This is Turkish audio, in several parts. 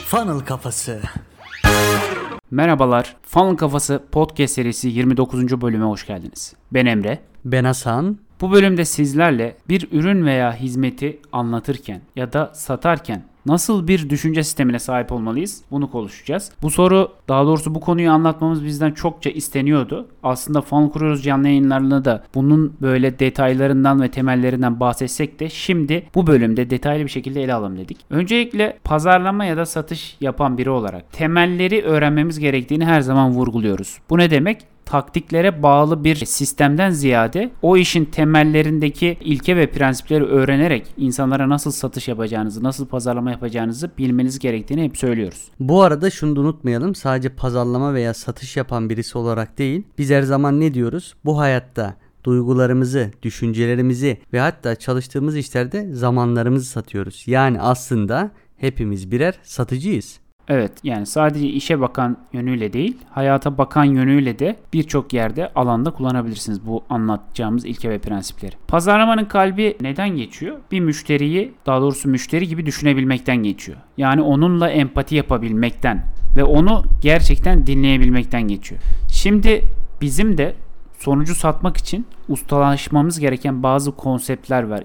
Funnel Kafası. Merhabalar, Funnel Kafası podcast serisi 29. bölüme hoş geldiniz. Ben Emre. Ben Hasan. Bu bölümde sizlerle bir ürün veya hizmeti anlatırken ya da satarken nasıl bir düşünce sistemine sahip olmalıyız? Bunu konuşacağız. Bu konuyu anlatmamız bizden çokça isteniyordu. Aslında Funnel Kuruyoruz canlı yayınlarında da bunun böyle detaylarından ve temellerinden bahsetsek de şimdi bu bölümde detaylı bir şekilde ele alalım dedik. Öncelikle pazarlama ya da satış yapan biri olarak temelleri öğrenmemiz gerektiğini her zaman vurguluyoruz. Bu ne demek? Taktiklere bağlı bir sistemden ziyade o işin temellerindeki ilke ve prensipleri öğrenerek insanlara nasıl satış yapacağınızı, nasıl pazarlama yapacağınızı bilmeniz gerektiğini hep söylüyoruz. Bu arada şunu da unutmayalım, sadece pazarlama veya satış yapan birisi olarak değil, biz her zaman ne diyoruz? Bu hayatta duygularımızı, düşüncelerimizi ve hatta çalıştığımız işlerde zamanlarımızı satıyoruz. Yani aslında hepimiz birer satıcıyız. Evet, yani sadece işe bakan yönüyle değil, hayata bakan yönüyle de birçok yerde alanda kullanabilirsiniz bu anlatacağımız ilke ve prensipleri. Pazarlamanın kalbi neden geçiyor? Bir müşteri gibi düşünebilmekten geçiyor. Yani onunla empati yapabilmekten ve onu gerçekten dinleyebilmekten geçiyor. Şimdi bizim de sonucu satmak için ustalaşmamız gereken bazı konseptler var.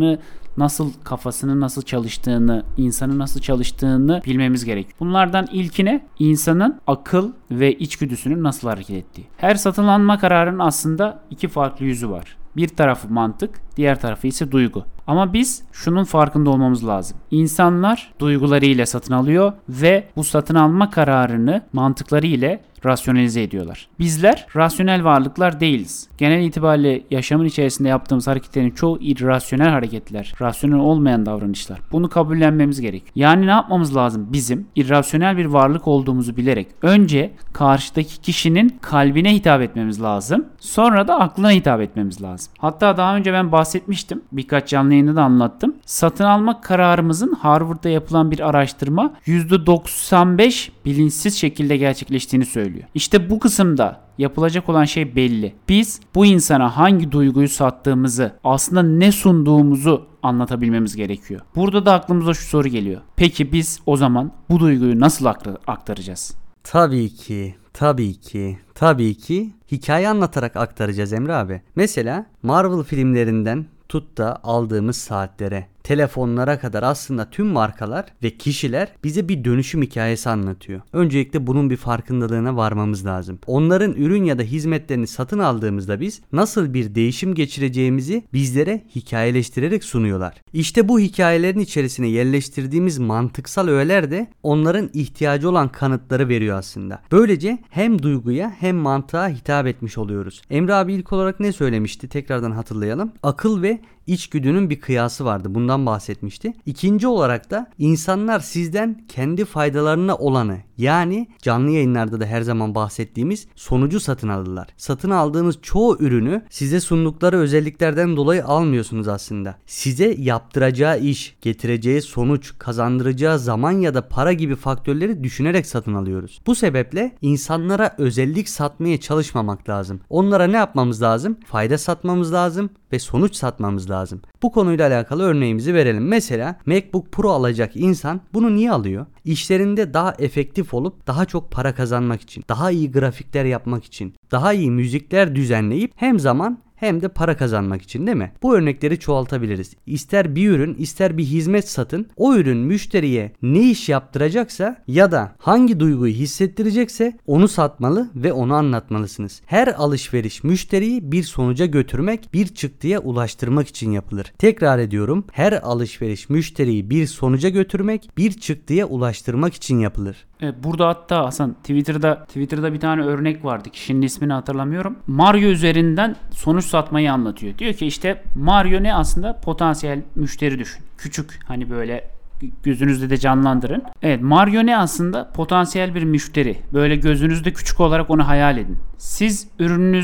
Kafasının nasıl çalıştığını, insanın nasıl çalıştığını bilmemiz gerekiyor. Bunlardan ilkine insanın akıl ve içgüdüsünün nasıl hareket ettiği. Her satın alma kararının aslında iki farklı yüzü var. Bir tarafı mantık, diğer tarafı ise duygu. Ama biz şunun farkında olmamız lazım. İnsanlar duygularıyla satın alıyor ve bu satın alma kararını mantıkları ile rasyonalize ediyorlar. Bizler rasyonel varlıklar değiliz. Genel itibariyle yaşamın içerisinde yaptığımız hareketlerin çoğu irrasyonel hareketler, rasyonel olmayan davranışlar. Bunu kabullenmemiz gerek. Yani ne yapmamız lazım? Bizim irrasyonel bir varlık olduğumuzu bilerek önce karşıdaki kişinin kalbine hitap etmemiz lazım. Sonra da aklına hitap etmemiz lazım. Hatta daha önce ben bahsetmiştim. Birkaç canlı yayında da anlattım. Satın alma kararımızın Harvard'da yapılan bir araştırma %95 bilinçsiz şekilde gerçekleştiğini söylüyor. İşte bu kısımda yapılacak olan şey belli. Biz bu insana hangi duyguyu sattığımızı, aslında ne sunduğumuzu anlatabilmemiz gerekiyor. Burada da aklımıza şu soru geliyor. Peki biz o zaman bu duyguyu nasıl aktaracağız? Tabii ki hikaye anlatarak aktaracağız Emre abi. Mesela Marvel filmlerinden tut da aldığımız saatlere, telefonlara kadar aslında tüm markalar ve kişiler bize bir dönüşüm hikayesi anlatıyor. Öncelikle bunun bir farkındalığına varmamız lazım. Onların ürün ya da hizmetlerini satın aldığımızda biz nasıl bir değişim geçireceğimizi bizlere hikayeleştirerek sunuyorlar. İşte bu hikayelerin içerisine yerleştirdiğimiz mantıksal öğeler de onların ihtiyacı olan kanıtları veriyor aslında. Böylece hem duyguya hem mantığa hitap etmiş oluyoruz. Emre abi ilk olarak ne söylemişti? Tekrardan hatırlayalım. Akıl ve İçgüdünün bir kıyası vardı. Bundan bahsetmişti. İkinci olarak da insanlar sizden kendi faydalarına olanı, yani canlı yayınlarda da her zaman bahsettiğimiz sonucu satın alırlar. Satın aldığınız çoğu ürünü size sundukları özelliklerden dolayı almıyorsunuz aslında. Size yaptıracağı iş, getireceği sonuç, kazandıracağı zaman ya da para gibi faktörleri düşünerek satın alıyoruz. Bu sebeple insanlara özellik satmaya çalışmamak lazım. Onlara ne yapmamız lazım? Fayda satmamız lazım ve sonuç satmamız lazım. Bu konuyla alakalı örneğimizi verelim. Mesela MacBook Pro alacak insan bunu niye alıyor? İşlerinde daha efektif olup daha çok para kazanmak için, daha iyi grafikler yapmak için, daha iyi müzikler düzenleyip hem zaman hem de para kazanmak için, değil mi? Bu örnekleri çoğaltabiliriz. İster bir ürün, ister bir hizmet satın. O ürün müşteriye ne iş yaptıracaksa ya da hangi duyguyu hissettirecekse onu satmalı ve onu anlatmalısınız. Her alışveriş müşteriyi bir sonuca götürmek, bir çıktıya ulaştırmak için yapılır. Tekrar ediyorum. Her alışveriş müşteriyi bir sonuca götürmek, bir çıktıya ulaştırmak için yapılır. Burada hatta Hasan Twitter'da bir tane örnek vardı. Kişinin ismini hatırlamıyorum. Mario üzerinden sonuç satmayı anlatıyor. Diyor ki işte Mario ne aslında? Potansiyel müşteri düşün. Küçük, hani böyle gözünüzde de canlandırın. Evet, Mario ne aslında? Potansiyel bir müşteri. Böyle gözünüzde küçük olarak onu hayal edin. Siz ürününüzü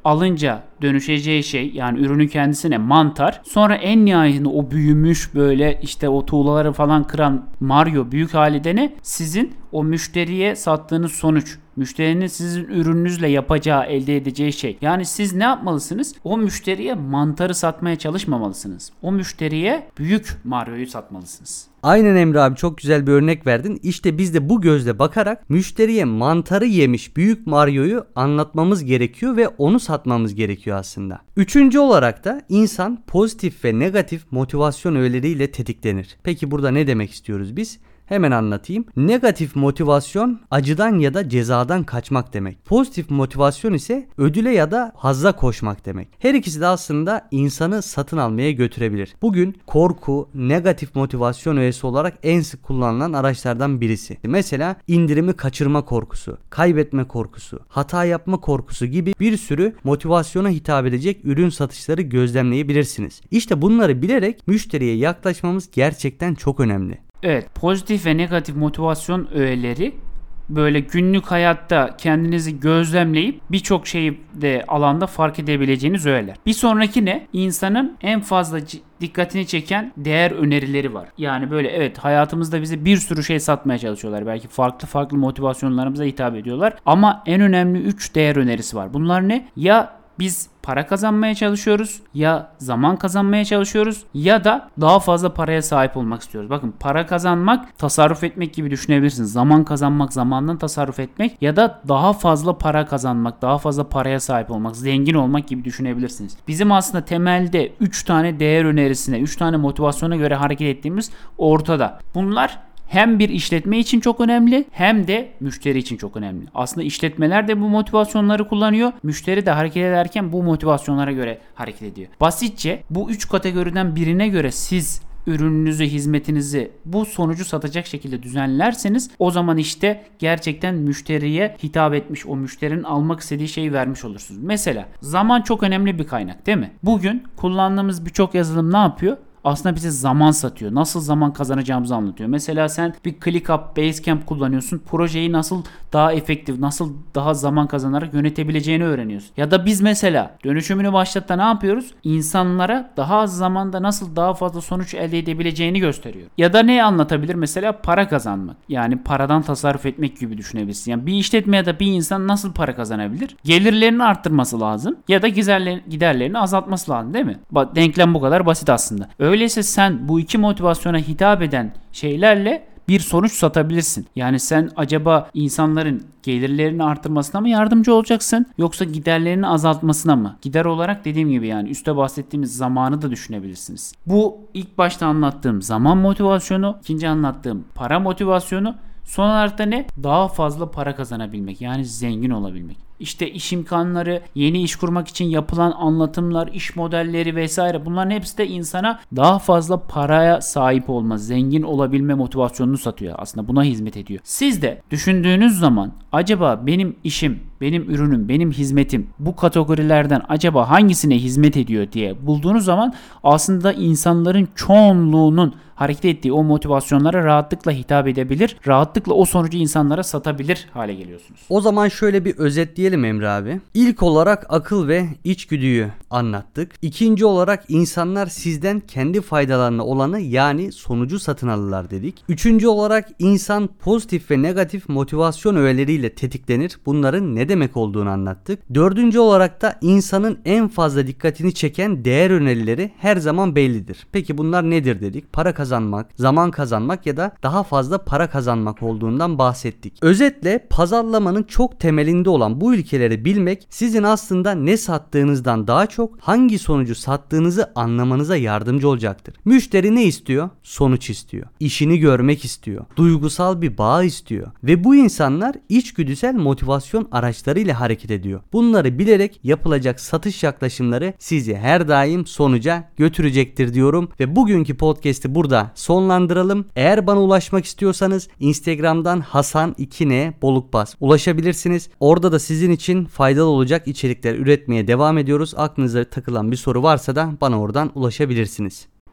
alınca dönüşeceği şey, yani ürünün kendisine mantar. Sonra en nihayetinde o büyümüş, böyle işte o tuğlaları falan kıran Mario büyük hali de ne? Sizin o müşteriye sattığınız sonuç. Müşterinin sizin ürününüzle yapacağı, elde edeceği şey. Yani siz ne yapmalısınız? O müşteriye mantarı satmaya çalışmamalısınız. O müşteriye büyük Mario'yu satmalısınız. Aynen Emre abi, çok güzel bir örnek verdin. İşte biz de bu gözle bakarak müşteriye mantarı yemiş büyük Mario'yu anlatmamız gerekiyor ve onu satmamız gerekiyor aslında. Üçüncü olarak da insan pozitif ve negatif motivasyon öğeleriyle tetiklenir. Peki burada ne demek istiyoruz biz? Hemen anlatayım. Negatif motivasyon acıdan ya da cezadan kaçmak demek. Pozitif motivasyon ise ödüle ya da hazza koşmak demek. Her ikisi de aslında insanı satın almaya götürebilir. Bugün korku negatif motivasyon öğesi olarak en sık kullanılan araçlardan birisi. Mesela indirimi kaçırma korkusu, kaybetme korkusu, hata yapma korkusu gibi bir sürü motivasyona hitap edecek ürün satışları gözlemleyebilirsiniz. İşte bunları bilerek müşteriye yaklaşmamız gerçekten çok önemli. Evet, pozitif ve negatif motivasyon öğeleri böyle günlük hayatta kendinizi gözlemleyip birçok şeyi de alanda fark edebileceğiniz öğeler. Bir sonraki ne? İnsanın en fazla dikkatini çeken değer önerileri var. Yani böyle evet, hayatımızda bize bir sürü şey satmaya çalışıyorlar. Belki farklı motivasyonlarımıza hitap ediyorlar. Ama en önemli 3 değer önerisi var. Bunlar ne? Ya biz para kazanmaya çalışıyoruz, ya zaman kazanmaya çalışıyoruz, ya da daha fazla paraya sahip olmak istiyoruz. Bakın, para kazanmak tasarruf etmek gibi düşünebilirsiniz. Zaman kazanmak, zamandan tasarruf etmek, ya da daha fazla para kazanmak, daha fazla paraya sahip olmak, zengin olmak gibi düşünebilirsiniz. Bizim aslında temelde 3 tane değer önerisine, 3 tane motivasyona göre hareket ettiğimiz ortada. Bunlar hem bir işletme için çok önemli, hem de müşteri için çok önemli. Aslında işletmeler de bu motivasyonları kullanıyor. Müşteri de hareket ederken bu motivasyonlara göre hareket ediyor. Basitçe bu 3 kategoriden birine göre siz ürününüzü, hizmetinizi bu sonucu satacak şekilde düzenlerseniz, o zaman işte gerçekten müşteriye hitap etmiş, o müşterinin almak istediği şeyi vermiş olursunuz. Mesela zaman çok önemli bir kaynak, değil mi? Bugün kullandığımız birçok yazılım ne yapıyor? Aslında bize zaman satıyor. Nasıl zaman kazanacağımızı anlatıyor. Mesela sen bir ClickUp, Basecamp kullanıyorsun. Projeyi nasıl daha efektif, nasıl daha zaman kazanarak yönetebileceğini öğreniyorsun. Ya da biz mesela dönüşümünü başlatta ne yapıyoruz? İnsanlara daha az zamanda nasıl daha fazla sonuç elde edebileceğini gösteriyor. Ya da ne anlatabilir? Mesela para kazanmak. Yani paradan tasarruf etmek gibi düşünebilirsin. Yani bir işletme ya da bir insan nasıl para kazanabilir? Gelirlerini arttırması lazım ya da giderlerini azaltması lazım, değil mi? Bak, denklem bu kadar basit aslında. Öyleyse sen bu iki motivasyona hitap eden şeylerle bir sonuç satabilirsin. Yani sen acaba insanların gelirlerini artırmasına mı yardımcı olacaksın, yoksa giderlerini azaltmasına mı? Gider olarak dediğim gibi yani üstte bahsettiğimiz zamanı da düşünebilirsiniz. Bu ilk başta anlattığım zaman motivasyonu, ikinci anlattığım para motivasyonu, son olarak da ne? Daha fazla para kazanabilmek, yani zengin olabilmek. İşte iş imkanları, yeni iş kurmak için yapılan anlatımlar, iş modelleri vesaire, bunların hepsi de insana daha fazla paraya sahip olma, zengin olabilme motivasyonunu satıyor. Aslında buna hizmet ediyor. Siz de düşündüğünüz zaman acaba benim işim, benim ürünüm, benim hizmetim bu kategorilerden acaba hangisine hizmet ediyor diye bulduğunuz zaman aslında insanların çoğunluğunun hareket ettiği o motivasyonlara rahatlıkla hitap edebilir, rahatlıkla o sonucu insanlara satabilir hale geliyorsunuz. O zaman şöyle bir özetleyelim Emre abi. İlk olarak akıl ve içgüdüyü anlattık. İkinci olarak insanlar sizden kendi faydalarına olanı, yani sonucu satın alırlar dedik. Üçüncü olarak insan pozitif ve negatif motivasyon öğeleriyle tetiklenir. Bunların ne demek olduğunu anlattık. Dördüncü olarak da insanın en fazla dikkatini çeken değer önerileri her zaman bellidir. Peki bunlar nedir dedik? Para kazanmak, zaman kazanmak ya da daha fazla para kazanmak olduğundan bahsettik. Özetle pazarlamanın çok temelinde olan bu ilkeleri bilmek sizin aslında ne sattığınızdan daha çok hangi sonucu sattığınızı anlamanıza yardımcı olacaktır. Müşteri ne istiyor? Sonuç istiyor. İşini görmek istiyor. Duygusal bir bağ istiyor. Ve bu insanlar içgüdüsel motivasyon araçlarıyla hareket ediyor. Bunları bilerek yapılacak satış yaklaşımları sizi her daim sonuca götürecektir diyorum ve bugünkü podcast'i burada sonlandıralım. Eğer bana ulaşmak istiyorsanız Instagram'dan Hasan2N Bolukbaz ulaşabilirsiniz. Orada da sizin için faydalı olacak içerikler üretmeye devam ediyoruz. Aklınıza takılan bir soru varsa da bana oradan ulaşabilirsiniz.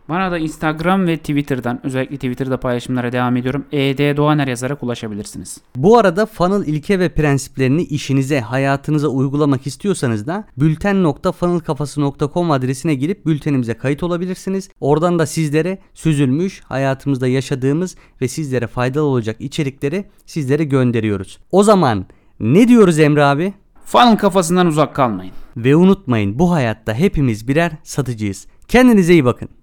Bana da Instagram ve Twitter'dan, özellikle Twitter'da paylaşımlara devam ediyorum. ED Doğaner yazarak ulaşabilirsiniz. Bu arada funnel ilke ve prensiplerini işinize, hayatınıza uygulamak istiyorsanız da bülten.funnelkafası.com adresine girip bültenimize kayıt olabilirsiniz. Oradan da sizlere süzülmüş, hayatımızda yaşadığımız ve sizlere faydalı olacak içerikleri sizlere gönderiyoruz. O zaman ne diyoruz Emre abi? Funnel kafasından uzak kalmayın. Ve unutmayın, bu hayatta hepimiz birer satıcıyız. Kendinize iyi bakın.